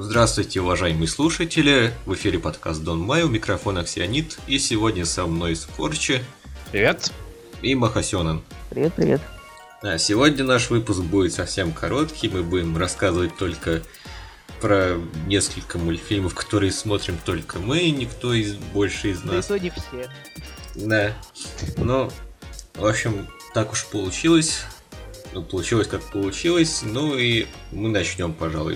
Здравствуйте, уважаемые слушатели! В эфире подкаст Дон Май, у микрофона Ксионид, и сегодня со мной Скорчи. Привет! И Махасёнэн. Привет. Сегодня наш выпуск будет совсем короткий, мы будем рассказывать только про несколько мультфильмов, которые смотрим только мы, и никто больше из нас. Да и то не все. Да. Ну, в общем, так уж получилось. Ну, получилось как получилось. Ну и мы начнем, пожалуй.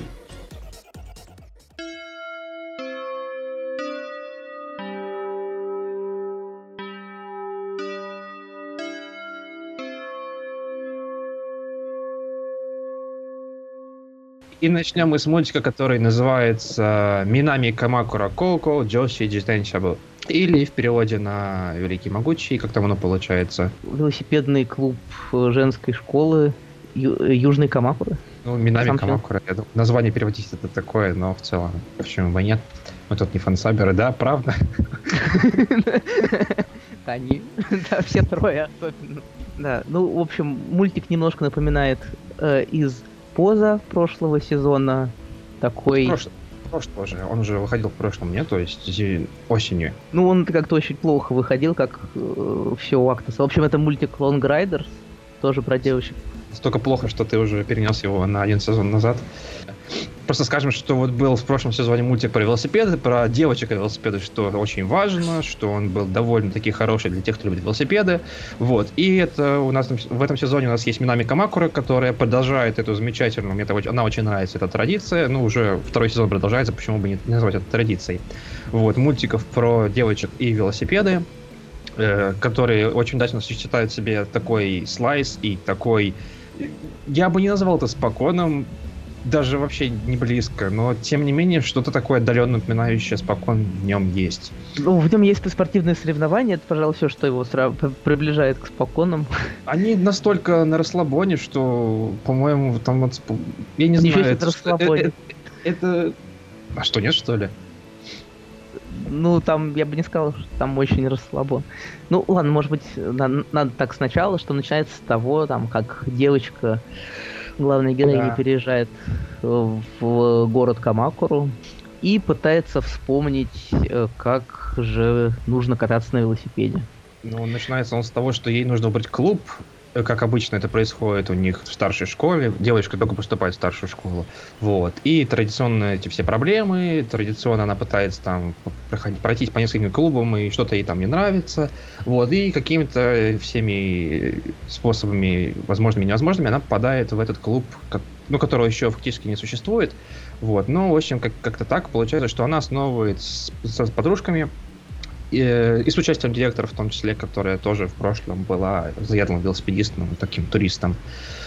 И начнем мы с мультика, который называется «Минами Камакура Коуко Джоши Джитэншабу». Или в переводе на «Великий Могучий», как там оно получается. Велосипедный клуб женской школы Южной Камакуры. Ну, «Минами Камакура». Я думаю, название переводить это такое, но в целом, почему бы нет? Мы тут не фансаберы, да, правда? Они, да, все трое особенно. Да, ну, в общем, мультик немножко напоминает из Поза прошлого сезона, такой... Прошлого же, он уже выходил в прошлом, нет? То есть осенью. Ну, он как-то очень плохо выходил, как все у Актуса. В общем, это мультик Long Riders, тоже про девочек. Настолько плохо, что ты уже перенес его на один сезон назад. Просто скажем, что вот был в прошлом сезоне мультик про велосипеды, про девочек и велосипеды, что очень важно, что он был довольно-таки хороший для тех, кто любит велосипеды. Вот. И это у нас в этом сезоне у нас есть Минами Камакура, которая продолжает эту замечательную, она очень нравится, эта традиция. Ну, уже второй сезон продолжается, почему бы не назвать это традицией. Вот. Мультиков про девочек и велосипеды, которые очень удачно сочетают в себе такой слайс и такой... Я бы не назвал это спокойным, даже вообще не близко, но тем не менее что-то такое отдаленно напоминающее спокон в нем есть. Ну, в нем есть спортивные соревнования, это, пожалуй, все, что его приближает к споконам. Они настолько на расслабоне, что, по-моему, там вот... Я не знаю, это расслабоне. Это... А что, нет, что ли? Ну, там, я бы не сказал, что там очень расслабон. Ну, ладно, может быть, надо так сначала, что начинается с того, там, как девочка... Главная героиня переезжает в город Камакуру и пытается вспомнить, как же нужно кататься на велосипеде. Ну, начинается он с того, что ей нужно выбрать клуб, как обычно это происходит у них в старшей школе. Девочка только поступает в старшую школу. Вот. И традиционно эти все проблемы, традиционно она пытается там пройтись по нескольким клубам, и что-то ей там не нравится. Вот. И какими-то всеми способами, возможными и невозможными, она попадает в этот клуб, которого еще фактически не существует. Вот. Но, в общем, как-то так получается, что она основывает с подружками, и с участием директора, в том числе, которая тоже в прошлом была заядлым велосипедистом, таким туристом.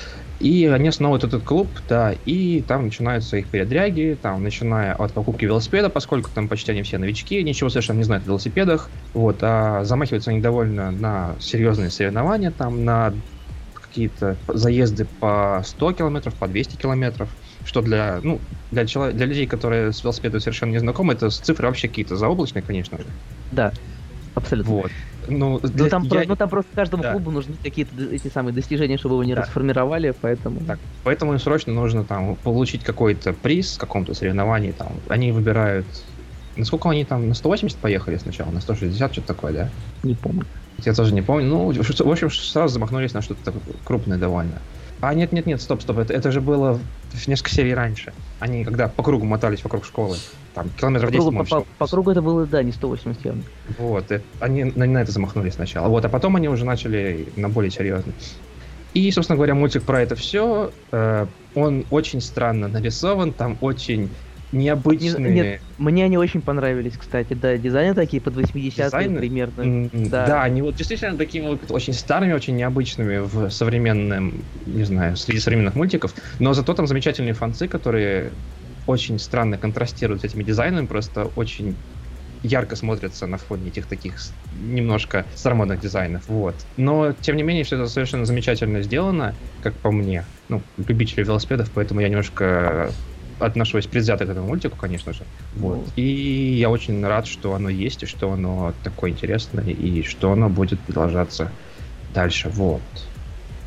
И они основывают этот клуб, да, и там начинаются их передряги, там, начиная от покупки велосипеда, поскольку там почти они все новички, ничего совершенно не знают о велосипедах, вот, а замахиваются они довольно на серьезные соревнования, там, на какие-то заезды по 100 километров, по 200 километров, что для людей, которые с велосипедом совершенно не знакомы, это цифры вообще какие-то заоблачные, конечно же. Да, абсолютно. Вот. Там просто каждому клубу нужны какие-то эти самые достижения, чтобы его не расформировали, поэтому... Так, поэтому им срочно нужно там получить какой-то приз в каком-то соревновании. Там. Они выбирают... Насколько они там, на 180 поехали сначала? На 160, что-то такое, да? Не помню. Я тоже не помню. Ну, в общем, сразу замахнулись на что-то крупное довольно. А нет, стоп, это же было несколько серий раньше. Они когда по кругу мотались вокруг школы, там, километров 10 по кругу это было, да, не 180 явно. Вот, они на это замахнулись сначала. Вот, а потом они уже начали на более серьезный. И, собственно говоря, мультик про это все. Он очень странно нарисован, там очень необычные... Нет, мне они очень понравились, кстати, да, дизайны такие под 80-е примерно. Да, они вот действительно такими вот очень старыми, очень необычными в современном, не знаю, среди современных мультиков, но зато там замечательные фанцы, которые очень странно контрастируют с этими дизайнами, просто очень ярко смотрятся на фоне этих таких немножко старомодных дизайнов, вот. Но, тем не менее, все это совершенно замечательно сделано, как по мне. Ну, любители велосипедов, поэтому я немножко отношусь предвзято к этому мультику, конечно же. Вот. И я очень рад, что оно есть, и что оно такое интересное, и что оно будет продолжаться дальше. Вот.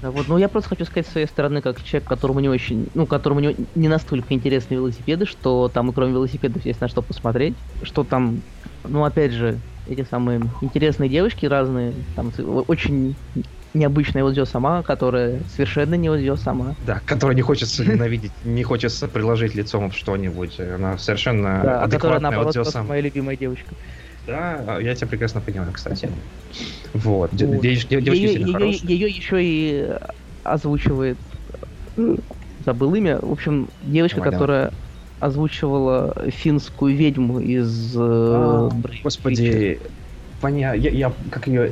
Да, вот, ну я просто хочу сказать с своей стороны, как человек, которому не очень, ну, которому не настолько интересны велосипеды, что там и кроме велосипедов есть на что посмотреть, что там, ну опять же, эти самые интересные девочки разные, там очень необычная Одзё сама, которая совершенно не Одзё сама. Да, которая не хочется ненавидеть, не хочется приложить лицом в что-нибудь, она совершенно да, адекватная Одзё сама. сама. Моя любимая девочка. Да, я тебя прекрасно понимаю, кстати. Вот, девочки сильно хорошие. Ее еще и озвучивает, забыл имя, в общем, девочка, которая озвучивала финскую ведьму из Господи, я как ее,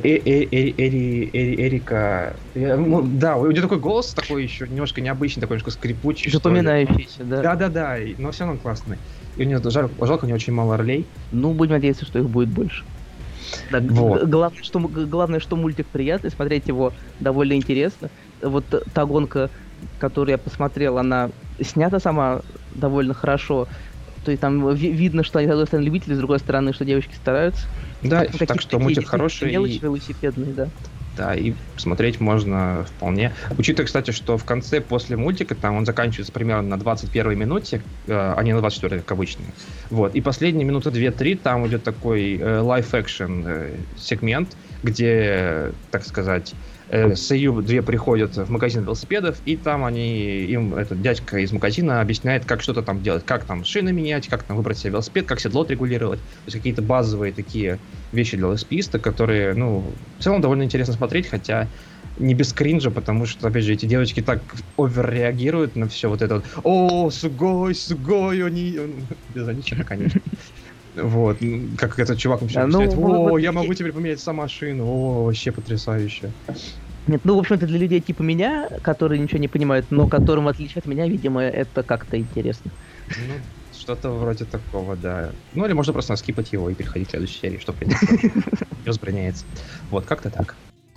Эрика, да, у нее такой голос такой еще немножко необычный, такой немножко скрипучий. Запоминающийся, да. Да, но все равно классный. И у нее жалко, у нее очень мало ролей. Ну, будем надеяться, что их будет больше. Да, вот. Главное, что мультик приятный, смотреть его довольно интересно. Вот та гонка, которую я посмотрел, она снята сама довольно хорошо. То есть там видно, что они, с одной стороны, любители, с другой стороны, что девочки стараются. Да, так что мультик хороший. Мелочи велосипедные, да. Да, и смотреть можно вполне. Учитывая, кстати, что в конце, после мультика, там он заканчивается примерно на 21 минуте, а не на 24, как обычно. Вот. И последние минуты 2-3 там идет такой live-action сегмент, где, так сказать, Сэйю две приходят в магазин велосипедов, и там им этот дядька из магазина объясняет, как что-то там делать, как там шины менять, как там выбрать себе велосипед, как седло отрегулировать. То есть какие-то базовые такие вещи для велосипедиста, которые, ну, в целом довольно интересно смотреть, хотя не без кринжа, потому что, опять же, эти девочки так оверреагируют на все вот это вот. О, сугой, они... Без ничего, конечно. Вот, как этот чувак начинает, я могу теперь поменять сама шину, вообще потрясающе. Нет, ну, в общем-то, для людей типа меня, которые ничего не понимают, но которым, в отличие от меня, видимо, это как-то интересно. Ну, что-то вроде такого, да. Ну, или можно просто скипать его и переходить к следующей серии, что, в принципе, не возбраняется. Вот, как-то так.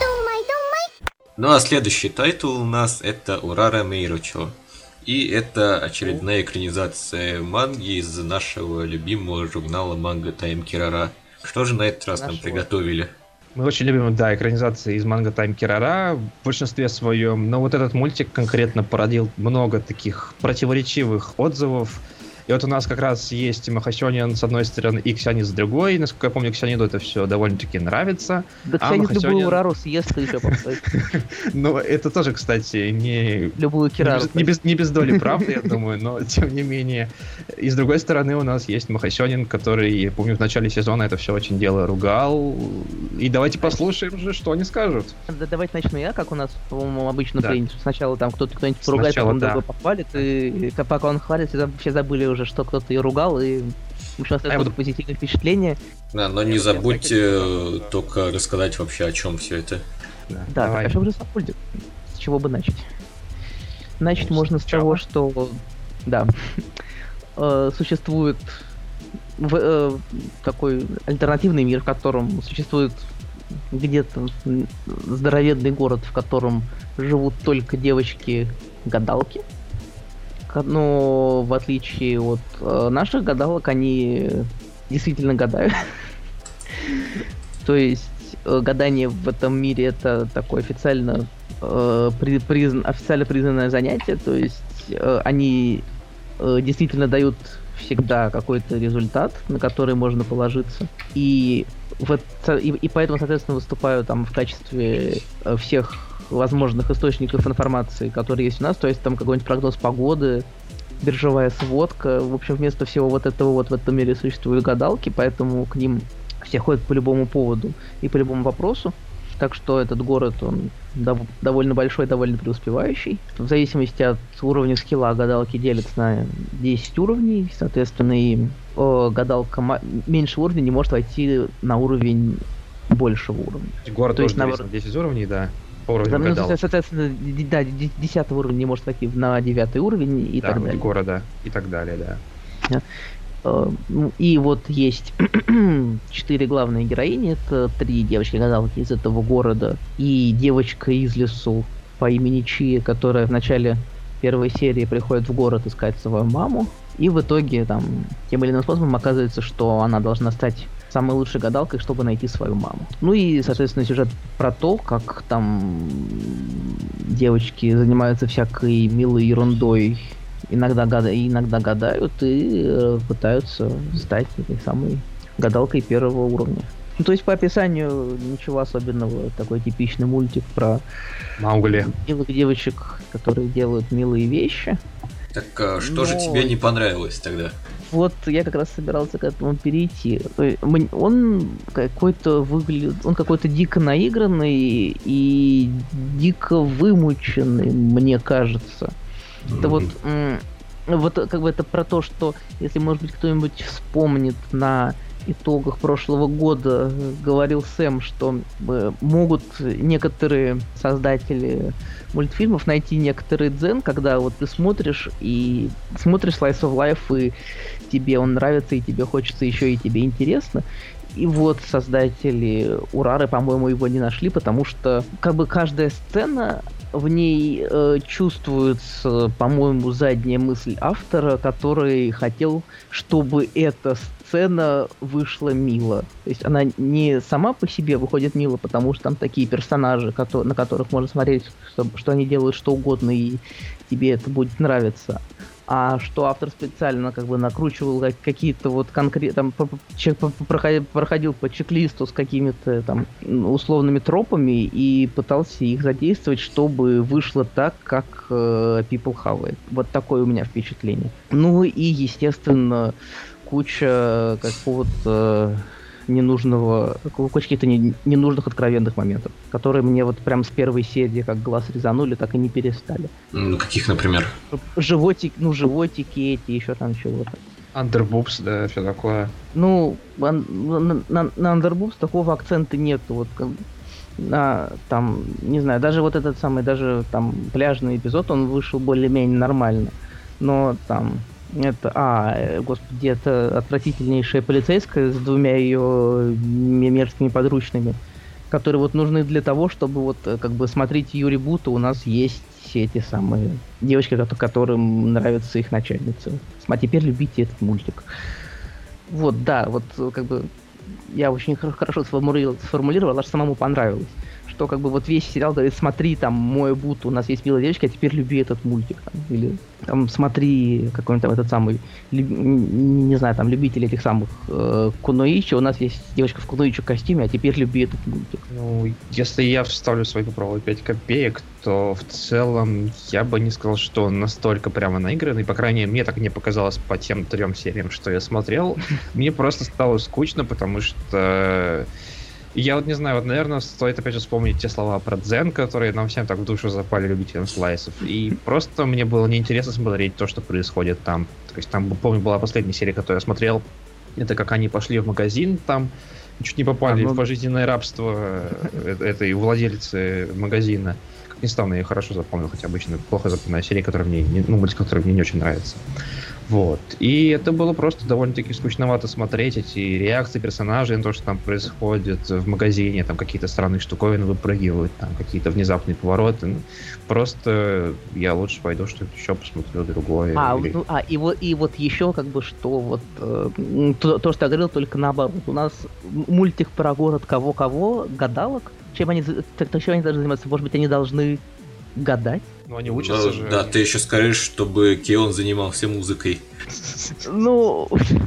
Ну, а следующий тайтл у нас это Урара Мейручо. И это очередная экранизация манги из нашего любимого журнала Манга Тайм Кирара. Что же на этот раз нам приготовили? Мы очень любим, да, экранизации из Манга Тайм Кирара в большинстве своем, но вот этот мультик конкретно породил много таких противоречивых отзывов. И вот у нас как раз есть Махасёнин с одной стороны и Ксянид с другой. Насколько я помню, Ксяниду это все довольно-таки нравится. Да Ксянид любую Урару съест и еще попадет. Ну, это тоже, кстати, любую Кирару. Не без доли правды, я думаю, но тем не менее. И с другой стороны у нас есть Махасёнин, который, я помню, в начале сезона это все очень дело ругал. И давайте послушаем же, что они скажут. Да, давайте начну я, как у нас, по-моему, обычно принято. Сначала там кто-нибудь поругает, потом другой похвалит, и пока он хвалит, вообще забыли уже, что кто-то ее ругал, и еще остается позитивное впечатление. Да, но не забудьте только рассказать вообще, о чем все это. Да, так, а что же сам мультик? С чего бы начать? Начать можно с того, что да, существует такой альтернативный мир, в котором существует где-то здоровенный город, в котором живут только девочки-гадалки. Но в отличие от наших гадалок, они действительно гадают. То есть гадание в этом мире это такое официально признанное занятие. То есть они действительно дают всегда какой-то результат, на который можно положиться. И поэтому, соответственно, выступаю там в качестве всех возможных источников информации, которые есть у нас, то есть там какой-нибудь прогноз погоды, биржевая сводка. В общем, вместо всего вот этого вот в этом мире существуют гадалки, поэтому к ним все ходят по любому поводу и по любому вопросу. Так что этот город, он довольно большой, довольно преуспевающий. В зависимости от уровня скилла гадалки делятся на 10 уровней, соответственно, и гадалка меньшего уровня не может войти на уровень большего уровня. Город тоже делится на 10 уровней, да? По уровню гадалок. Соответственно, да, 10 уровень не может войти на 9 уровень и так далее. Города и так далее, да. И вот есть 4 главные героини. Это 3 девочки-гадалки из этого города и девочка из лесу по имени Чи, которая в начале первой серии приходит в город искать свою маму. И в итоге там тем или иным способом оказывается, что она должна стать самой лучшей гадалкой, чтобы найти свою маму. Ну и, соответственно, сюжет про то, как там девочки занимаются всякой милой ерундой, иногда гадают и пытаются стать этой самой гадалкой первого уровня. Ну, то есть по описанию ничего особенного, такой типичный мультик про Маугли. милых девочек, которые делают милые вещи. Так что же тебе не понравилось тогда? Вот я как раз собирался к этому перейти. Он какой-то выглядит, он какой-то дико наигранный и дико вымученный, мне кажется. Это вот как бы это про то, что если, может быть, кто-нибудь вспомнит на итогах прошлого года, говорил Сэм, что могут некоторые создатели мультфильмов найти некоторый дзен, когда вот ты смотришь Slice of Life, и тебе он нравится, и тебе хочется еще, и тебе интересно. И вот создатели Урары, по-моему, его не нашли, потому что как бы каждая сцена, в ней чувствуется, по-моему, задняя мысль автора, который хотел, чтобы эта сцена вышла мило. То есть она не сама по себе выходит мило, потому что там такие персонажи, на которых можно смотреть, что они делают что угодно, и тебе это будет нравиться. А что автор специально как бы накручивал какие-то вот конкретно, проходил по чек-листу с какими-то там условными тропами и пытался их задействовать, чтобы вышло так, как People Have It. Вот такое у меня впечатление. Ну и, естественно, куча какого-то каких-то ненужных откровенных моментов, которые мне вот прям с первой серии как глаз резанули, так и не перестали. Ну, каких, например? Животики эти, еще там чего-то. Underboobs, да, все такое. Ну, на Underboobs такого акцента нету. Вот там, не знаю, даже вот этот самый, даже там пляжный эпизод, он вышел более-менее нормально. Но там господи, это отвратительнейшая полицейская с двумя ее мерзкими подручными, которые вот нужны для того, чтобы вот как бы смотреть Юри Бута, у нас есть эти самые девочки, которым нравятся их начальницы. А теперь любите этот мультик. Вот, да, вот как бы я очень хорошо сформулировал, аж самому понравилось. Что как бы вот весь сериал говорит: смотри, там, мой Бут, у нас есть милая девочка, а теперь люби этот мультик. Там, или там смотри, какой-нибудь там этот самый, не знаю, там, любитель этих самых куноичи, у нас есть девочка в куноичи костюме, а теперь люби этот мультик. Ну, если я вставлю свои, попробую 5 копеек, то в целом я бы не сказал, что он настолько прямо наигранный. По крайней мере, мне так не показалось по тем 3 сериям, что я смотрел. Мне просто стало скучно, потому что... Я вот не знаю, вот, наверное, стоит опять же вспомнить те слова про дзен, которые нам всем так в душу запали, любителям слайсов. И просто мне было неинтересно смотреть то, что происходит там. То есть там, помню, была последняя серия, которую я смотрел. Это как они пошли в магазин, там чуть не попали в пожизненное рабство этой владельцы магазина. Как ни странно, я ее хорошо запомнил, хотя обычно плохо запоминаю серии, мультик, который мне не очень нравится. Вот. И это было просто довольно-таки скучновато смотреть, эти реакции персонажей на то, что там происходит в магазине, там какие-то странные штуковины выпрыгивают, там какие-то внезапные повороты. Просто я лучше пойду что-то еще посмотрю другое. И вот еще как бы что вот то, что я говорил, только наоборот. У нас мультик про город кого-кого, гадалок. Чем они должны заниматься? Может быть, они должны гадать? Ну, они учатся же. Да, ты еще скажешь, чтобы Кион занимался музыкой. Ну...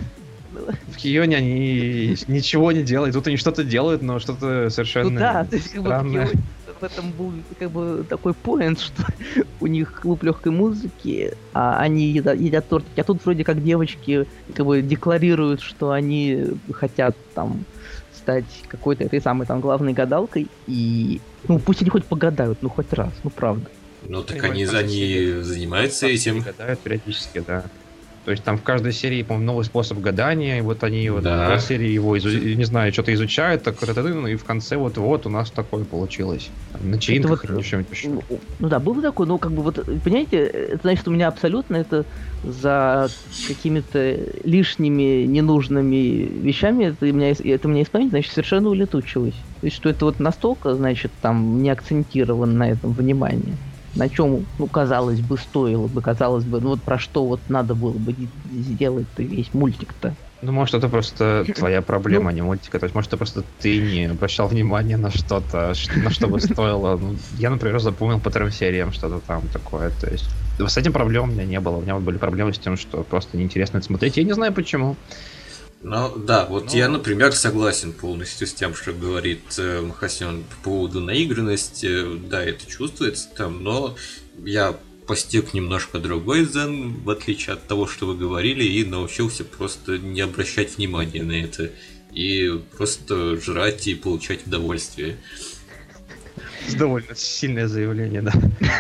В Кионе они ничего не делают. Тут они что-то делают, но что-то совершенно то есть, странное. В этом был как бы такой поинт, что у них клуб легкой музыки, а они едят тортики. А тут вроде как девочки как бы декларируют, что они хотят там стать какой-то этой самой там главной гадалкой. И ну пусть они хоть погадают, ну хоть раз, ну правда. Ну так они занимаются этим. Гадают периодически, да. То есть там в каждой серии, по-моему, новый способ гадания, и вот они вот в серии его, не знаю, что-то изучают, так, и в конце вот у нас такое получилось. Там, на чаинках или что-нибудь еще. Ну да, был такой, но как бы вот, понимаете, это значит, что у меня абсолютно это за какими-то лишними, ненужными вещами, это у меня из памяти, значит, совершенно улетучилось. То есть, что это вот настолько, значит, там не акцентировано на этом внимание. На чем, ну, казалось бы, ну вот про что вот надо было бы сделать-то весь мультик-то. Ну, может, это просто твоя проблема, а не мультика. То есть, может, это просто ты не обращал внимания на что-то, на что бы стоило. Ну, я, например, запомнил по 3 сериям что-то там такое. То есть, с этим проблем у меня не было. У меня были проблемы с тем, что просто неинтересно это смотреть. Я не знаю почему. Ну да, вот я, например, согласен полностью с тем, что говорит Махасян по поводу наигранности. Да, это чувствуется там, но я постиг немножко другой дзен, в отличие от того, что вы говорили, и научился просто не обращать внимания на это. И просто жрать и получать удовольствие. Довольно сильное заявление, да.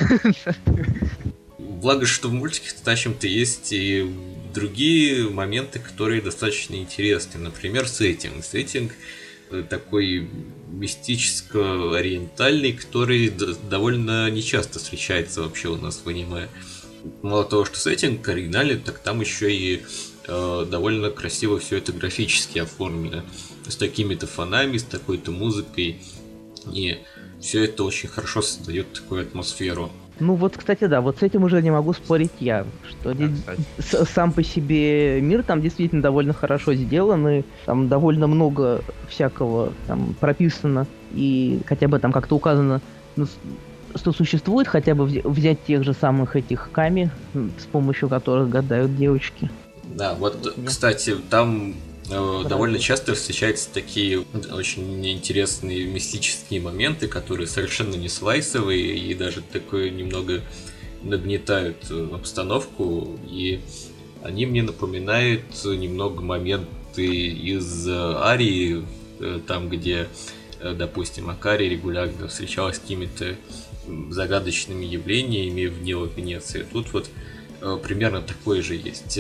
Благо, что в мультиках зачем-то есть и другие моменты, которые достаточно интересны. Например, сеттинг. Сеттинг такой мистическо-ориентальный, который довольно нечасто встречается вообще у нас в аниме. Мало того, что сеттинг оригинальный, так там еще и довольно красиво все это графически оформлено. С такими-то фонами, с такой-то музыкой. И все это очень хорошо создает такую атмосферу. Ну вот, кстати, да, вот с этим уже не могу спорить я, что сам по себе мир там действительно довольно хорошо сделан, и там довольно много всякого там прописано, и хотя бы там как-то указано, ну, что существует, хотя бы взять тех же самых этих ками, с помощью которых гадают девочки. Да, вот, кстати, там довольно часто встречаются такие очень интересные мистические моменты, которые совершенно не слайсовые и даже такое немного нагнетают обстановку, и они мне напоминают немного моменты из Арии, там где, допустим, Акари регулярно встречалась с какими-то загадочными явлениями в Венеции. Тут вот примерно такое же есть.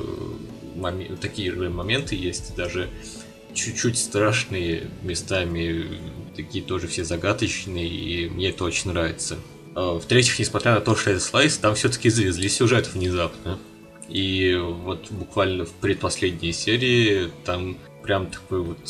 Такие же моменты есть, даже чуть-чуть страшные местами, такие тоже все загадочные, и мне это очень нравится. В-третьих, несмотря на то, что это слайс, там все-таки завезли сюжет внезапно. И вот буквально в предпоследней серии там прям такой вот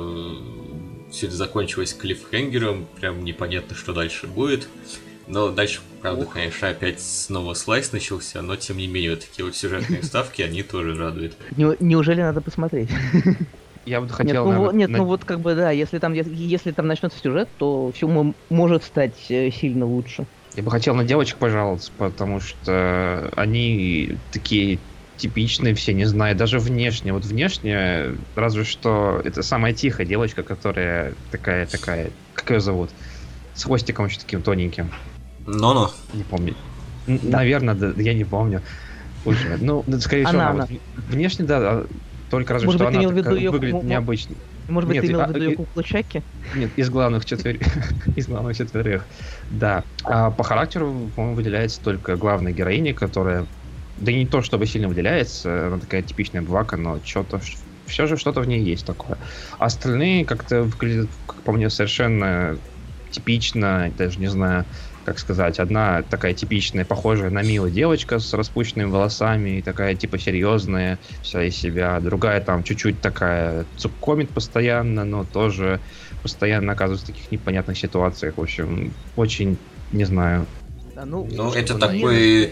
все это закончилось клиффхенгером, прям непонятно, что дальше будет. Но дальше, правда, конечно, опять снова слайс начался, но тем не менее, вот такие вот сюжетные вставки, они тоже радуют. Неужели надо посмотреть? Я бы хотел... Ну вот как бы да, если там начнется сюжет, то все может стать сильно лучше. Я бы хотел на девочек пожаловаться, потому что они такие типичные все, не знаю, даже внешне. Вот внешне, разве что это самая тихая девочка, которая такая, как ее зовут? С хвостиком еще таким тоненьким. Но. Не помню. Да. Наверное, да, я не помню. Уже. Ну, скорее всего, она. Внешне, да, только разве может что быть, она выглядит необычно. Может быть, ты имел в виду ее куклу Чаки? Нет, из главных четверых. Да. А по характеру, по-моему, выделяется только главная героиня, которая... Да не то, чтобы сильно выделяется, она такая типичная бвака, но что-то... Все же что-то в ней есть такое. А остальные как-то выглядят, как по мне, совершенно типично, даже не знаю, как сказать. Одна такая типичная, похожая на Милу девочка с распущенными волосами, и такая типа серьезная вся из себя. Другая там чуть-чуть такая цуккомит постоянно, но тоже постоянно оказывается в таких непонятных ситуациях. В общем, очень, не знаю. Ну это такой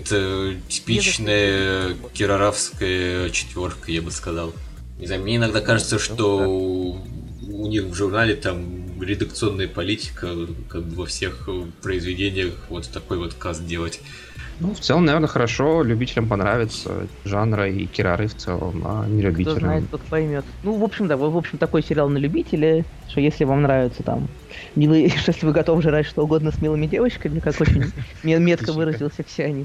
типичная кираравская четверка, я бы сказал. Не знаю, мне иногда кажется, что у них в журнале там редакционная политика, как бы во всех произведениях вот такой вот каст делать. Ну, в целом, наверное, хорошо, любителям понравится жанра и кирары в целом, а не любителям. Кто знает, тот поймет. Ну, в общем, да, такой сериал на любителя, что если вам нравится там, если вы готовы жрать что угодно с милыми девочками, как очень метко выразился все они.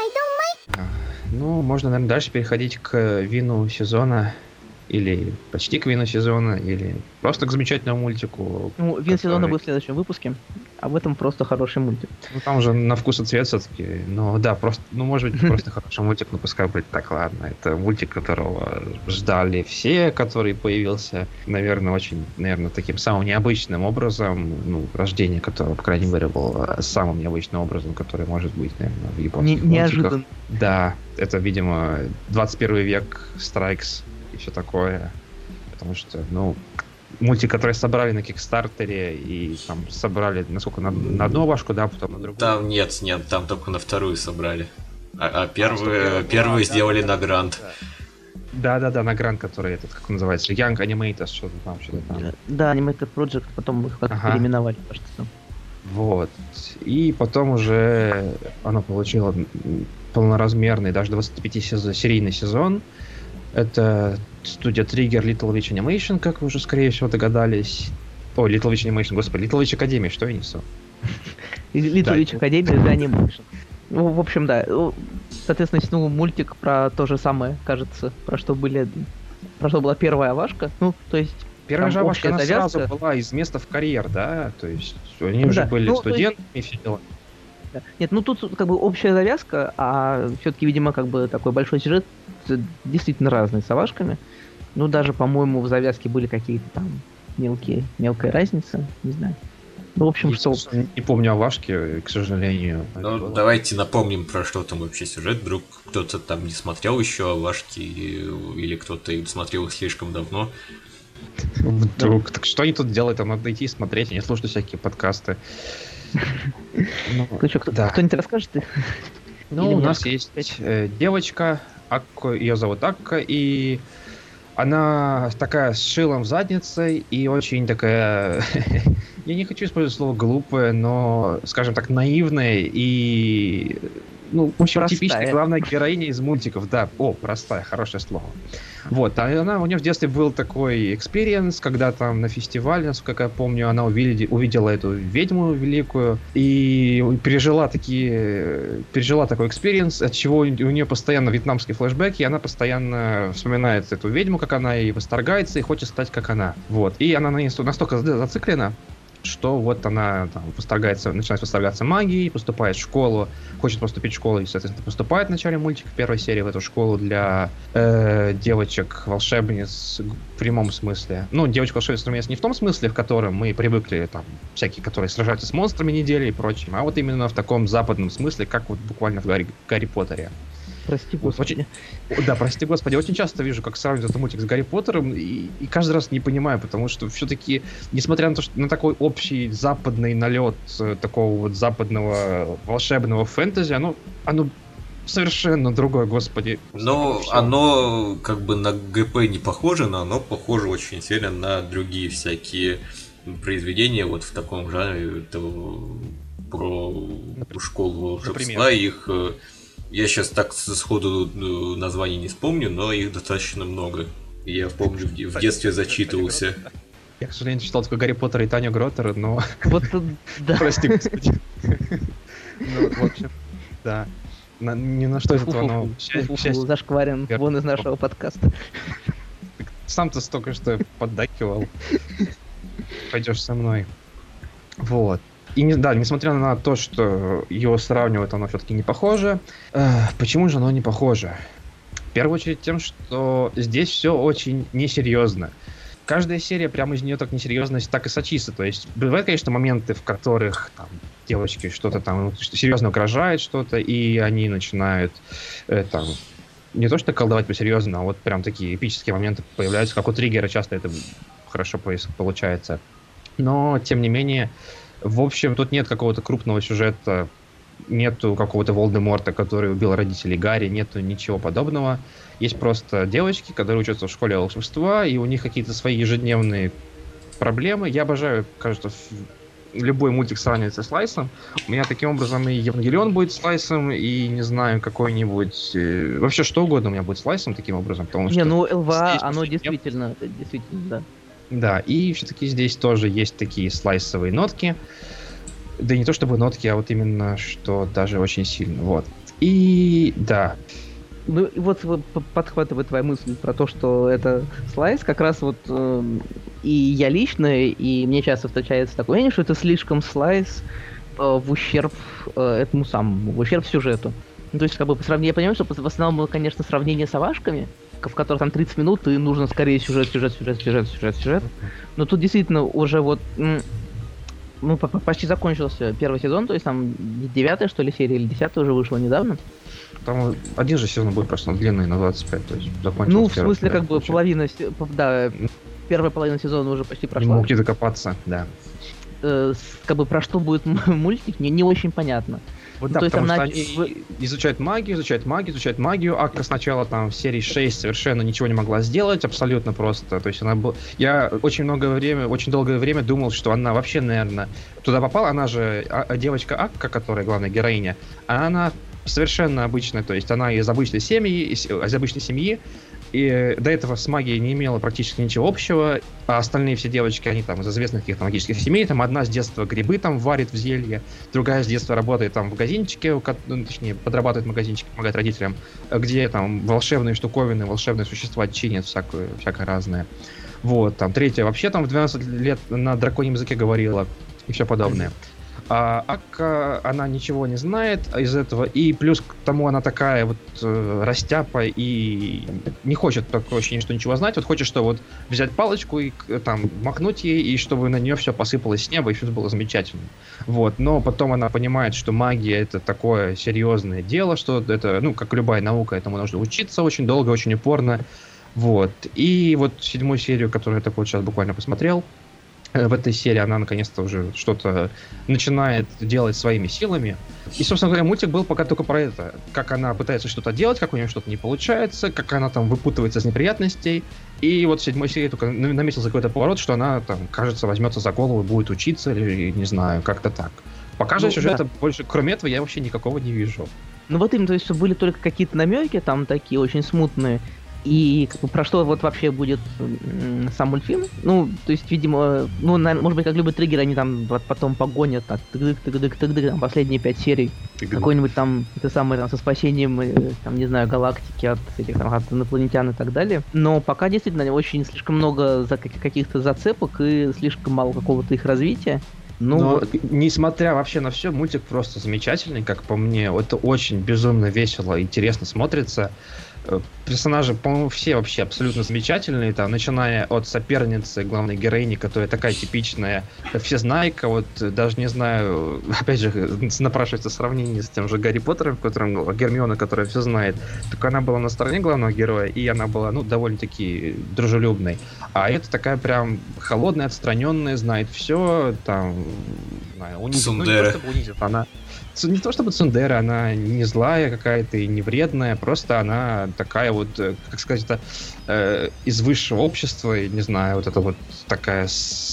Ну, можно, наверное, дальше переходить к вину сезона. Или почти к вину сезона, или просто к замечательному мультику. Ну, вин сезона будет в следующем выпуске, а в этом просто хороший мультик. Ну, там уже на вкус и цвет все-таки. Ну, да, просто, ну, может быть, просто хороший мультик, но пускай будет так, ладно. Это мультик, которого ждали все, который появился, наверное, таким самым необычным образом, ну, рождение которого, по крайней мере, было самым необычным образом, который может быть, наверное, в японских мультиках. Неожиданно. Да, это, видимо, 21 век, Страйкс, и все такое, потому что, ну, мультик, который собрали на Кикстартере и там собрали, насколько, на одну обложку, да, потом на другую. Там нет, там только на вторую собрали, а первую сделали на грант. Да-да-да, на грант, который этот, как он называется, Young Animators, что-то там. Да, Animated Project, потом их как-то переименовали, кажется. Вот. И потом уже оно получило полноразмерный, даже 25-серийный сезон. Это студия Trigger Little Witch Animation, как вы уже, скорее всего, догадались. Ой, Little Witch Animation, господи, Little Witch Academy, что я несу? Little Witch Academy, это Animation. Ну, в общем, да. Соответственно, снова мультик про то же самое, кажется, про что была первая Авашка. Ну, то есть... Первая же Авашка, она сразу была из места в карьер, да? То есть они уже были студентами и все дела. Да. Нет, ну тут как бы общая завязка, а все-таки, видимо, как бы такой большой сюжет действительно разный с Авашками. Ну, даже, по-моему, в завязке были какие-то там мелкая разница, не знаю. Ну, в общем, что... Не помню Авашки, к сожалению. Ну, давайте напомним, про что там вообще сюжет. Вдруг кто-то там не смотрел еще Авашки, или кто-то смотрел их слишком давно. Вдруг. Так что они тут делают? Там надо идти и смотреть, а не слушать всякие подкасты. Ну что, кто-нибудь расскажет? Ну, у нас есть девочка, Акко, ее зовут Акко, и она такая с шилом в заднице и очень такая, я не хочу использовать слово глупая, но, скажем так, наивная и, ну, в общем, типичная главная героиня из мультиков, да, простая, хорошее слово. Вот, а у нее в детстве был такой экспириенс, когда там на фестивале, насколько я помню, она увидела эту ведьму великую и пережила такой экспириенс, от чего у нее постоянно вьетнамские флешбеки, и она постоянно вспоминает эту ведьму, как она и восторгается, и хочет стать как она. Вот, и она настолько зациклена, что вот она там начинает восторгаться магией, поступает в школу, хочет поступить в школу и, соответственно, поступает в начале мультика в первой серии в эту школу для девочек-волшебниц в прямом смысле. Ну, девочек-волшебниц не в том смысле, в котором мы привыкли, там, всякие, которые сражаются с монстрами недели и прочим, а вот именно в таком западном смысле, как вот буквально в Гарри Поттере. Прости господи. Да, прости господи. Очень часто вижу, как сравнивают этот мультик с Гарри Поттером, и каждый раз не понимаю, потому что все-таки, несмотря на то, что на такой общий западный налет такого вот западного волшебного фэнтези, оно совершенно другое, господи. Но оно как бы на ГП не похоже, но оно похоже очень сильно на другие всякие произведения вот в таком жанре про школу волшебства. Их... Я сейчас так сходу названий не вспомню, но их достаточно много. Я помню, в детстве зачитывался. Я, к сожалению, читал только Гарри Поттер и Таню Гроттер, но... Вот, да. Прости, господи. Ну, в общем, да. Ни на что из этого, но... Зашкварен вон из нашего подкаста. Сам-то столько что поддакивал. Пойдешь со мной. Вот. И несмотря на то, что его сравнивают, оно все-таки не похоже. Почему же оно не похоже? В первую очередь тем, что здесь все очень несерьезно. Каждая серия прямо из нее так несерьезно, так и сочится. То есть бывают, конечно, моменты, в которых там девочки что-то там серьезно угрожает что-то, и они начинают там не то что колдовать по-серьезному, а вот прям такие эпические моменты появляются, как у Триггера часто это хорошо получается. Но, тем не менее, в общем, тут нет какого-то крупного сюжета, нету какого-то Волдеморта, который убил родителей Гарри, нету ничего подобного. Есть просто девочки, которые учатся в школе волшебства, и у них какие-то свои ежедневные проблемы. Я обожаю, кажется, любой мультик сравнивается с Слайсом. У меня таким образом и Евангелион будет Слайсом, и, не знаю, какой-нибудь... Вообще что угодно у меня будет Слайсом таким образом, потому что... Не, ну ЛВА, оно действительно, да. Да, и все-таки здесь тоже есть такие слайсовые нотки. Да не то чтобы нотки, а вот именно, что даже очень сильно. Вот. И да. Ну, и вот подхватывая твою мысль про то, что это слайс, как раз вот и я лично, и мне часто встречается такое мнение, что это слишком слайс в ущерб этому самому, в ущерб сюжету. Ну, то есть, как бы, по сравнению, я понимаю, что в основном, конечно, сравнение с Авашками, в которых там 30 минут, и нужно скорее сюжет. Но тут действительно уже вот, ну, почти закончился первый сезон, то есть там 9-я, что ли, серия, или 10-я уже вышла недавно. Там один же сезон будет просто длинный, на 25, то есть закончился. Ну, в смысле, как бы половина, да, первая половина сезона уже почти прошла. Не могут докопаться, да. как бы про что будет мультик, не очень понятно. Вот, да, то потому что они изучают магию. Акка сначала там в серии 6 совершенно ничего не могла сделать, абсолютно просто. То есть я очень долгое время думал, что она вообще, наверное, туда попала. Она же девочка Акка, которая главная героиня, а она совершенно обычная, то есть она из обычной семьи, и до этого с магией не имела практически ничего общего, а остальные все девочки, они там из известных каких-то магических семей, там одна с детства грибы там варит в зелье, другая с детства работает там в магазинчике, точнее, подрабатывает в магазинчике, помогает родителям, где там волшебные штуковины, волшебные существа чинят всякое разное. Вот, там третья вообще там в 12 лет на драконьем языке говорила и все подобное. А Акка, она ничего не знает из этого, и плюс к тому она такая вот растяпа и не хочет такое ощущение, что ничего знать, вот хочет, что вот взять палочку и там махнуть ей, и чтобы на нее все посыпалось с неба, и все было замечательно. Вот, но потом она понимает, что магия это такое серьезное дело, что это, ну, как любая наука, этому нужно учиться очень долго, очень упорно. Вот, и вот 7-ю серию, которую я так вот сейчас буквально посмотрел, в этой серии она наконец-то уже что-то начинает делать своими силами. И, собственно говоря, мультик был пока только про это. Как она пытается что-то делать, как у нее что-то не получается, как она там выпутывается из неприятностей. И вот в 7-й серии только наметился какой-то поворот, что она там, кажется, возьмется за голову, будет учиться, или не знаю, как-то так. Пока же сюжета больше, кроме этого, я вообще никакого не вижу. Ну вот им, то есть, были только какие-то намеки там такие очень смутные. И как бы, про что вот вообще будет сам мультфильм? Ну, то есть, видимо, ну, может быть, как любой триггер, они там вот потом погонят так, тык-дык, там, последние 5 серий. Какой-нибудь там, это самое, там, со спасением, там, не знаю, галактики от этих, там, от инопланетян и так далее. Но пока действительно очень слишком много каких-то зацепок и слишком мало какого-то их развития. Но, несмотря вообще на все, мультик просто замечательный, как по мне. Это очень безумно весело, интересно смотрится. Персонажи, по-моему, все вообще абсолютно замечательные, там, начиная от соперницы главной героини, которая такая типичная всезнайка, вот даже не знаю, опять же, напрашивается сравнение с тем же Гарри Поттером, в котором Гермиона, которая все знает, только она была на стороне главного героя, и она была, ну, довольно-таки дружелюбной. А это такая прям холодная, отстраненная, знает все, там, не знаю, унизит, ну, не то чтобы унизит, она... Не то чтобы цундера, она не злая какая-то и не вредная, просто она такая вот, как сказать, это из высшего общества, не знаю, вот это вот такая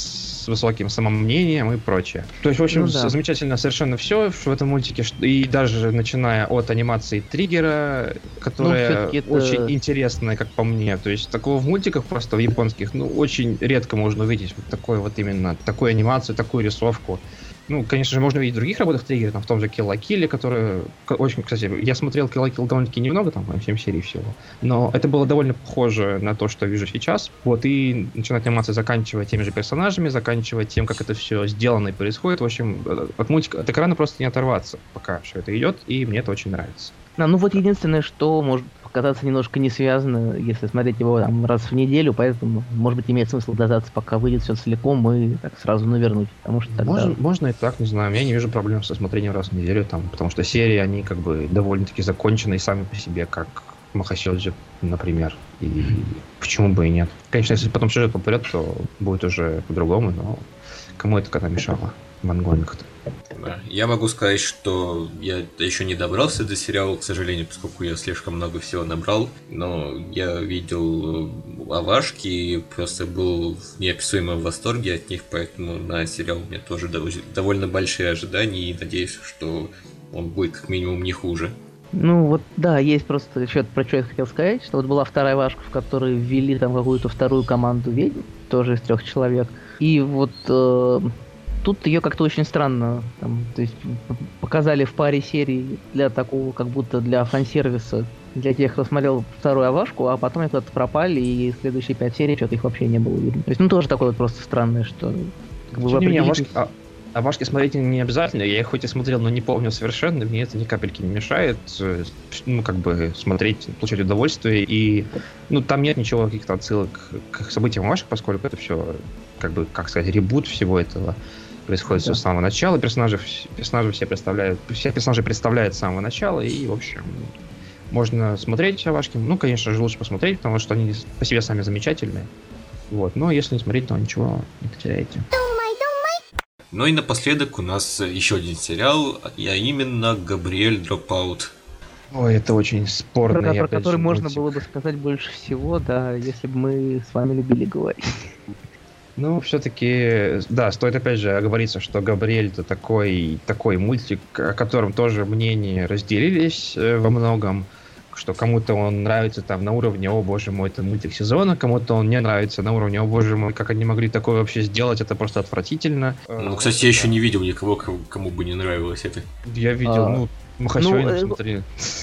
с высоким самомнением и прочее. То есть, в общем, замечательно совершенно все в этом мультике, и даже начиная от анимации триггера, которая очень интересная, как по мне. То есть, такого в мультиках просто в японских, ну, очень редко можно увидеть вот такой вот именно, такую анимацию, такую рисовку. Ну, конечно же, можно видеть в других работах триггера, там, в том же Kill la Kill, который очень, кстати, я смотрел Kill la Kill довольно-таки немного, там, 7 серий всего, но это было довольно похоже на то, что вижу сейчас. Вот, и начинать анимация, заканчивая теми же персонажами, заканчивая тем, как это все сделано и происходит. В общем, от мультика, от экрана просто не оторваться, пока все это идет, и мне это очень нравится. Ну вот единственное, что может показаться немножко не связано, если смотреть его там раз в неделю, поэтому, может быть, имеет смысл дождаться, пока выйдет все целиком и так сразу навернуть, потому что тогда... Можно и так, не знаю, я не вижу проблем со смотрением раз в неделю, там, потому что серии, они как бы довольно-таки закончены и сами по себе, как Махасёдзи, например, и почему бы и нет. Конечно, если потом сюжет попадет, то будет уже по-другому, но кому это когда мешало? Монгольник-то. Да. Я могу сказать, что я еще не добрался до сериала, к сожалению, поскольку я слишком много всего набрал, но я видел овашки и просто был в неописуемом восторге от них, поэтому на сериал у меня тоже довольно большие ожидания и надеюсь, что он будет как минимум не хуже. Ну вот, да, есть просто еще про что я хотел сказать, что вот была вторая овашка, в которой ввели там какую-то вторую команду ведьм, тоже из 3 человек, и вот... Тут ее как-то очень странно, там, то есть показали в паре серий для такого, как будто для фан-сервиса, для тех, кто смотрел вторую овашку, а потом они куда-то пропали, и следующие 5 серий что-то их вообще не было видно. То есть, ну, тоже такое вот просто странное, что... Как бы, овашки смотреть не обязательно, я их хоть и смотрел, но не помню совершенно, мне это ни капельки не мешает, ну, как бы, смотреть, получать удовольствие, и, ну, там нет ничего, каких-то отсылок к событиям овашек, поскольку это все, как бы, как сказать, ребут всего этого. Происходит все с самого начала, персонажи все персонажи представляют с самого начала, и, в общем, можно смотреть овашки. Ну, конечно же, лучше посмотреть, потому что они по себе сами замечательные. Вот. Но если не смотреть, то ничего не потеряете. Ну и напоследок у нас еще один сериал, а именно «Габриэль Дропаут». Ой, это очень спорный, про который можно было бы сказать больше всего, да, если бы мы с вами любили говорить. Ну, все-таки, да, стоит опять же оговориться, что «Габриэль» — это такой мультик, о котором тоже мнения разделились во многом, что кому-то он нравится там на уровне «О, боже мой, это мультик сезона», кому-то он не нравится на уровне «О, боже мой, как они могли такое вообще сделать, это просто отвратительно». Ну, кстати, я еще не видел никого, кому бы не нравилось это. Я видел, Махачевина смотрели.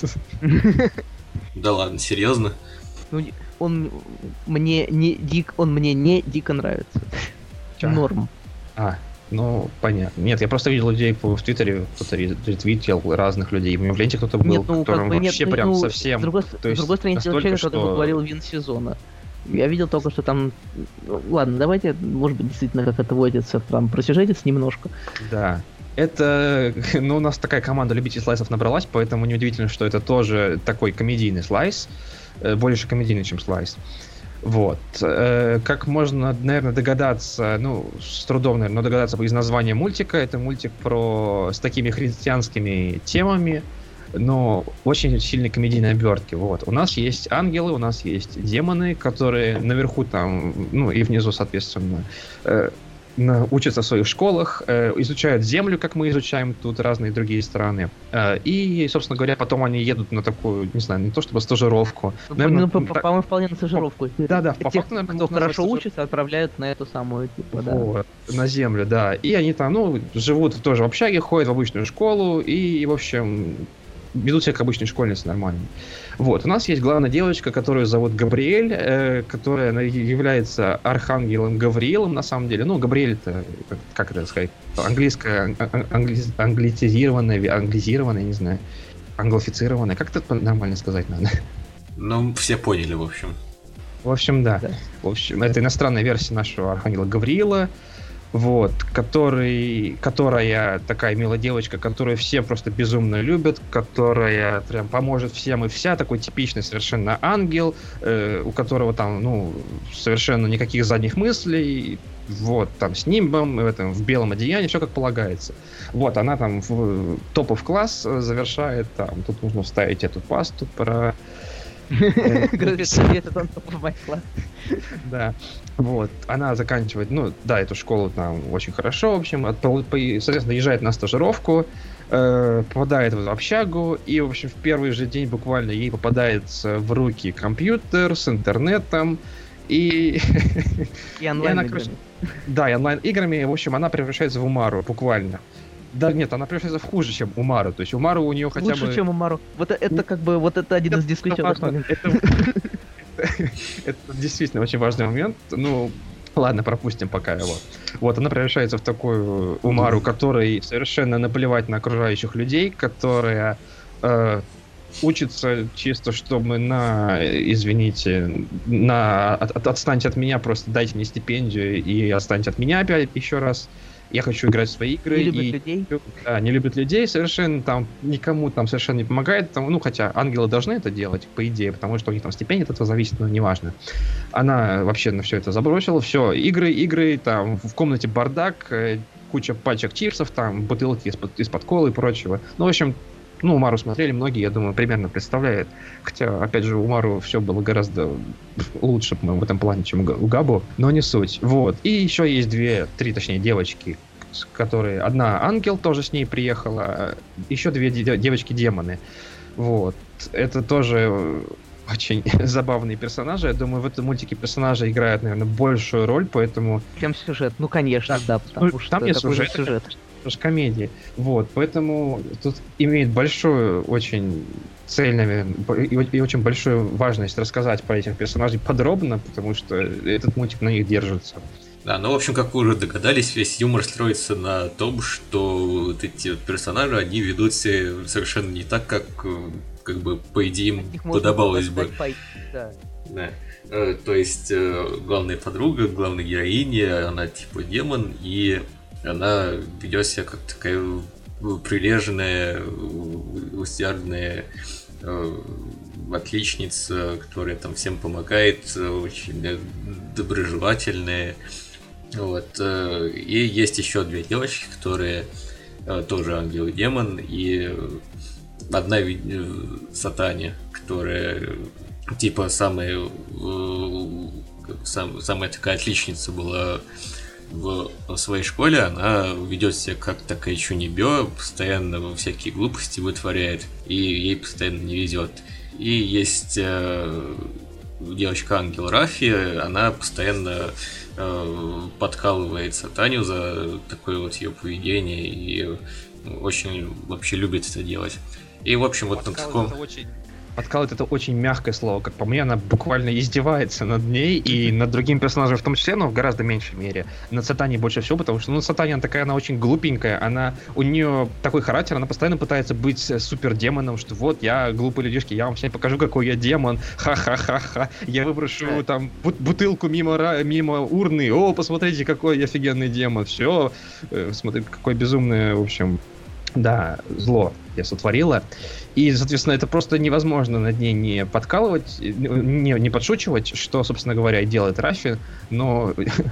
Да ладно, серьезно? Ну, он мне не дико нравится. Норм. Ну, понятно. Нет, я просто видел людей в Твиттере, кто-то ретвитил разных людей. В ленте кто-то был, которым вообще прям совсем... С другой стороны, человек, который говорил вин сезона. Я видел только, что там... Ладно, давайте, может быть, действительно, как это водится, там просюжетец немножко. Да. Это, у нас такая команда любителей слайсов набралась, поэтому неудивительно, что это тоже такой комедийный слайс, больше комедийный, чем слайс. Вот. Как можно, наверное, догадаться, с трудом, наверное, но догадаться из названия мультика, это мультик с такими христианскими темами, но очень сильной комедийной обертки. Вот. У нас есть ангелы, у нас есть демоны, которые наверху там, и внизу, соответственно, учатся в своих школах, изучают землю, как мы изучаем тут разные другие страны. И, собственно говоря, потом они едут на такую, не знаю, не то чтобы стажировку. По-моему, вполне на стажировку. Да, по факту, наверное, кто хорошо учится, отправляют на эту самую, вот, на землю, да. И они там, живут тоже в общаге, ходят в обычную школу и, в общем, ведут себя как обычные школьницы нормально. Вот, у нас есть главная девочка, которую зовут Габриэль, которая является архангелом Гавриилом, на самом деле. Габриэль это, как это сказать, англицизированная, не знаю, англофицированная. Как это нормально сказать надо? Все поняли, в общем. В общем, да. В общем, это иностранная версия нашего архангела Гавриила. Вот, которая такая милая девочка, которую все просто безумно любят, которая прям поможет всем и вся, такой типичный совершенно ангел, у которого там, совершенно никаких задних мыслей, вот, там с нимбом, в белом одеянии, все как полагается. Вот, она там в топов класс завершает, там, тут нужно вставить эту пасту про... Да, вот, она заканчивает, эту школу там очень хорошо, в общем, соответственно, езжает на стажировку, попадает в общагу, и, в общем, в первый же день буквально ей попадается в руки компьютер с интернетом, и онлайн-играми. Да, и онлайн-играми, в общем, она превращается в Умару, буквально. Да нет, она превращается в хуже, чем Умару. То есть Умару у нее хотя бы... Лучше, чем Умару. Вот это как бы, вот это один из дискуссионных моментов. Это действительно очень важный момент. Ладно, пропустим пока его. Вот, она превращается в такую Умару, которой совершенно наплевать на окружающих людей, которая учится чисто, чтобы отстаньте от меня, просто дайте мне стипендию и отстаньте от меня опять еще раз. Я хочу играть в свои игры. Не любит людей. Да, не любит людей, совершенно там никому там совершенно не помогает. Там, хотя ангелы должны это делать, по идее, потому что у них там стипендия от этого зависит, но неважно. Она вообще на все это забросила. Все, игры, там в комнате бардак, куча пачек чипсов, там бутылки из-под колы и прочего. В общем, Умару смотрели многие, я думаю, примерно представляют. Хотя, опять же, у Умару все было гораздо лучше, по-моему, в этом плане, чем у Габу, но не суть. Вот. И еще есть три девочки, которые... Одна ангел тоже с ней приехала, еще две девочки-демоны. Вот. Это тоже очень забавные персонажи. Я думаю, в этом мультике персонажи играют, наверное, большую роль, поэтому... Чем сюжет? Конечно, да, потому что там есть сюжет. Комедии. Вот, поэтому тут имеет большую очень цель, наверное, и очень большую важность рассказать про этих персонажей подробно, потому что этот мультик на них держится. Да, в общем, как вы уже догадались, весь юмор строится на том, что вот эти персонажи, они ведут себя совершенно не так, как бы по идее им подобалось бы. Да. То есть главная подруга, главная героиня, она типа демон, и она ведет себя как такая прилежная, усердная отличница, которая там всем помогает, очень доброжелательная. Вот. И есть еще две девочки, которые тоже ангел и демон, и одна сатане, которая типа самая такая отличница была в своей школе. Она ведет себя как такая чунибё, постоянно всякие глупости вытворяет, и ей постоянно не везет. И есть девочка-ангел Рафи, она постоянно подкалывает сатаню за такое вот ее поведение и очень вообще любит это делать. И в общем вот на таком... Подкалывает это очень мягкое слово, как по мне, она буквально издевается над ней и над другим персонажем в том числе, но в гораздо меньшей мере. Над Сатаней больше всего, потому что, Сатаня, она такая, она очень глупенькая, у нее такой характер, она постоянно пытается быть супер демоном, что вот, я глупый людишки, я вам всем покажу, какой я демон, ха-ха-ха-ха, я выброшу там бутылку мимо урны, о, посмотрите, какой я офигенный демон, все, смотри, какое безумное, в общем... Да, зло я сотворила. И, соответственно, это просто невозможно над ней не подкалывать, не подшучивать, что, собственно говоря, и делает Рафи. Но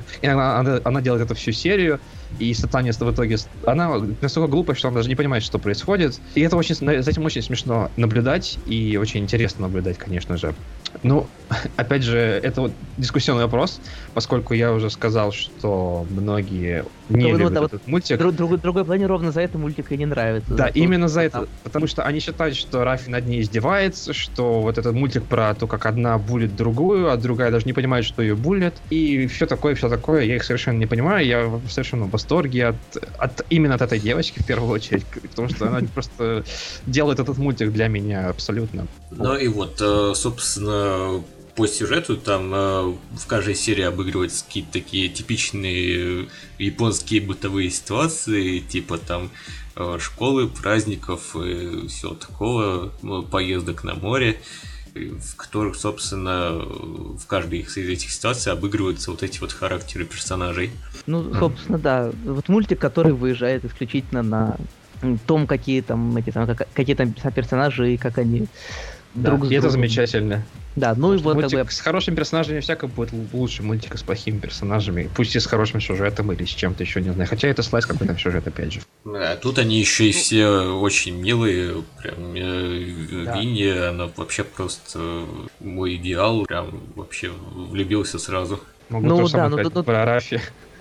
она делает это всю серию, и Сатаня в итоге... Она настолько глупая, что она даже не понимает, что происходит. И это за этим очень смешно наблюдать, и очень интересно наблюдать, конечно же. Ну, опять же, это вот дискуссионный вопрос, поскольку я уже сказал, что многие не любят этот мультик. Другой плане ровно за это мультик и не нравится. Да, именно за это. Потому что они считают, что Рафи над ней издевается, что вот этот мультик про то, как одна булит другую, а другая даже не понимает, что ее булит. И все такое. Я их совершенно не понимаю. Я совершенно в восторге именно от этой девочки в первую очередь, потому что она просто делает этот мультик для меня абсолютно. Ну и вот, собственно, по сюжету там в каждой серии обыгрываются какие-то такие типичные японские бытовые ситуации, типа там школы, праздников и всего такого, поездок на море, в которых, собственно, в каждой из этих ситуаций обыгрываются вот эти вот характеры персонажей. Ну, собственно, да. Вот мультик, который выезжает исключительно на том, какие там персонажи и как они друг с другом. Это замечательно. Да, ну и вот мультик с хорошими персонажами всяко будет лучше мультика с плохими персонажами, пусть и с хорошим сюжетом или с чем-то еще, не знаю. Хотя это слайс какой-то сюжет, опять же. А тут они еще и все очень милые, прям Винни, она вообще просто мой идеал, прям вообще влюбился сразу. Могу про Рафи.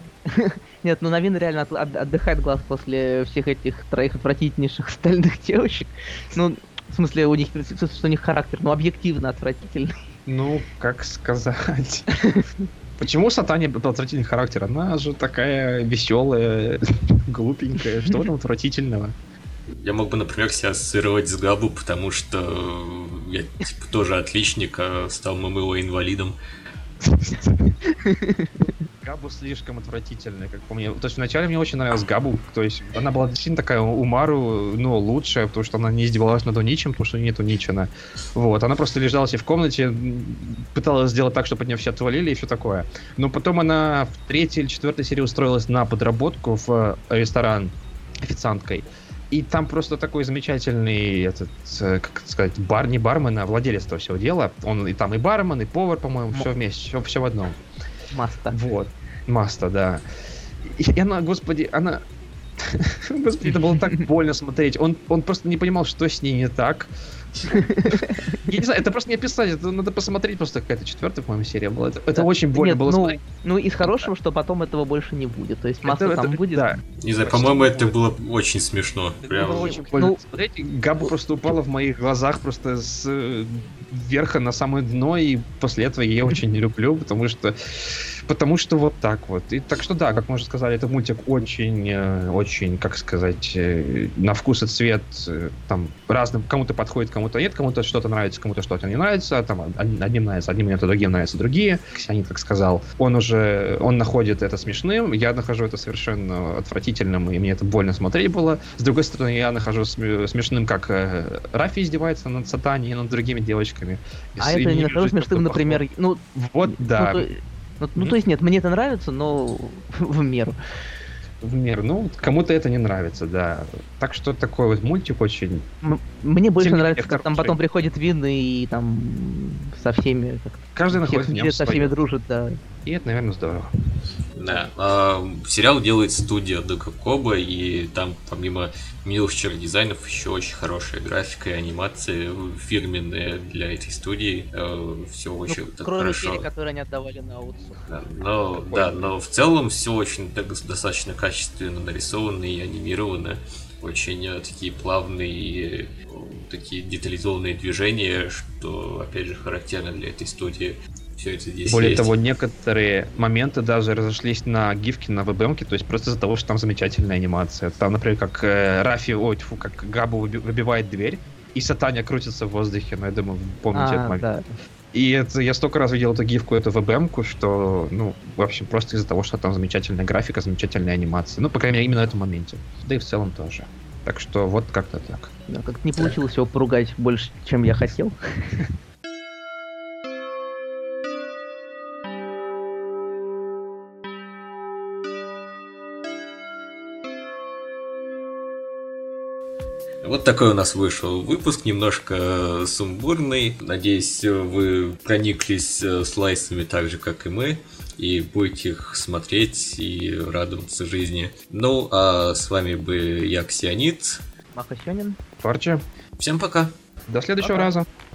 Нет, на Винни реально отдыхает глаз после всех этих троих отвратительнейших стальных девочек. В смысле, у них характер, объективно отвратительный. Как сказать? Почему Сатаня отвратительный характер? Она же такая веселая, глупенькая. Что в этом отвратительного? Я мог бы, например, себя ассоциировать с Габу, потому что я тоже отличник, а стал ММО-инвалидом. Габу слишком отвратительная, как по мне. То есть вначале мне очень нравилась Габу, то есть она была действительно такая Умару, лучшая, потому что она не издевалась над Уничем, потому что нету Уничина. Вот, она просто лежала себе в комнате, пыталась сделать так, чтобы от нее все отвалили и все такое. Но потом она в 3-й или 4-й серии устроилась на подработку в ресторан официанткой. И там просто такой замечательный, не бармен, а владелец этого всего дела. Он и там и бармен, и повар, по-моему, все вместе, все в одном. Маста. Вот. Маста, да. И она, господи, это было так больно смотреть. Он просто не понимал, что с ней не так. Я не знаю, это просто не описать, это надо посмотреть, просто какая-то 4-я, по-моему, серия была. Это очень больно было смотреть. Из хорошего, что потом этого больше не будет. То есть Маста там будет. Да. Не знаю, по-моему, это было очень смешно. Это было очень больно смотреть. Габу просто упала в моих глазах просто с верха на самое дно, и после этого я ее очень не люблю, потому что вот так вот. И так что да, как мы уже сказали, это мультик очень, как сказать, на вкус и цвет там разным, кому-то подходит, кому-то нет, кому-то что-то нравится, кому-то что-то не нравится, там одним нравится, одним нет, а другим нравятся другие. Ксянит, как сказал, он находит это смешным, я нахожу это совершенно отвратительным, и мне это больно смотреть было. С другой стороны, я нахожу смешным, как Рафи издевается над Сатаней и над другими девочками. А это не нахожу смешным, например, вот, да. То есть нет, мне это нравится, но в меру. В меру. Кому-то это не нравится, да. Так что такой вот мультик очень... Мне больше нравится, как там потом приходит Вин и там со всеми... Каждый находит в нем со всеми дружит, да. И это, наверное, здорово. Да. Сериал делает студия Дококоба, и там помимо милых дизайнов еще очень хорошая графика и анимация фирменные для этой студии. Все очень так кроме хорошо. серии, которые они отдавали на аутсорс. Но в целом все очень достаточно качественно нарисовано и анимировано. Очень такие плавные, такие детализованные движения, что, опять же, характерно для этой студии. Все это здесь Более есть. того, некоторые моменты даже разошлись на гифки, на веб-эмке, то есть просто из-за того, что там замечательная анимация. Там, например, как как Габу выбивает дверь, и Сатаня крутится в воздухе, я думаю, вы помните этот момент. Да. И это, я столько раз видел эту гифку, эту веб-эмку, что, в общем, просто из-за того, что там замечательная графика, замечательная анимация. По крайней мере, именно в этом моменте. Да и в целом тоже. Так что вот как-то так. Да, как-то не получилось его поругать больше, чем я хотел. Вот такой у нас вышел выпуск, немножко сумбурный. Надеюсь, вы прониклись слайсами так же, как и мы, и будете их смотреть и радоваться жизни. А с вами был я, Ксионид. Маха Сёнин. Фарчи. Всем пока. До следующего раза.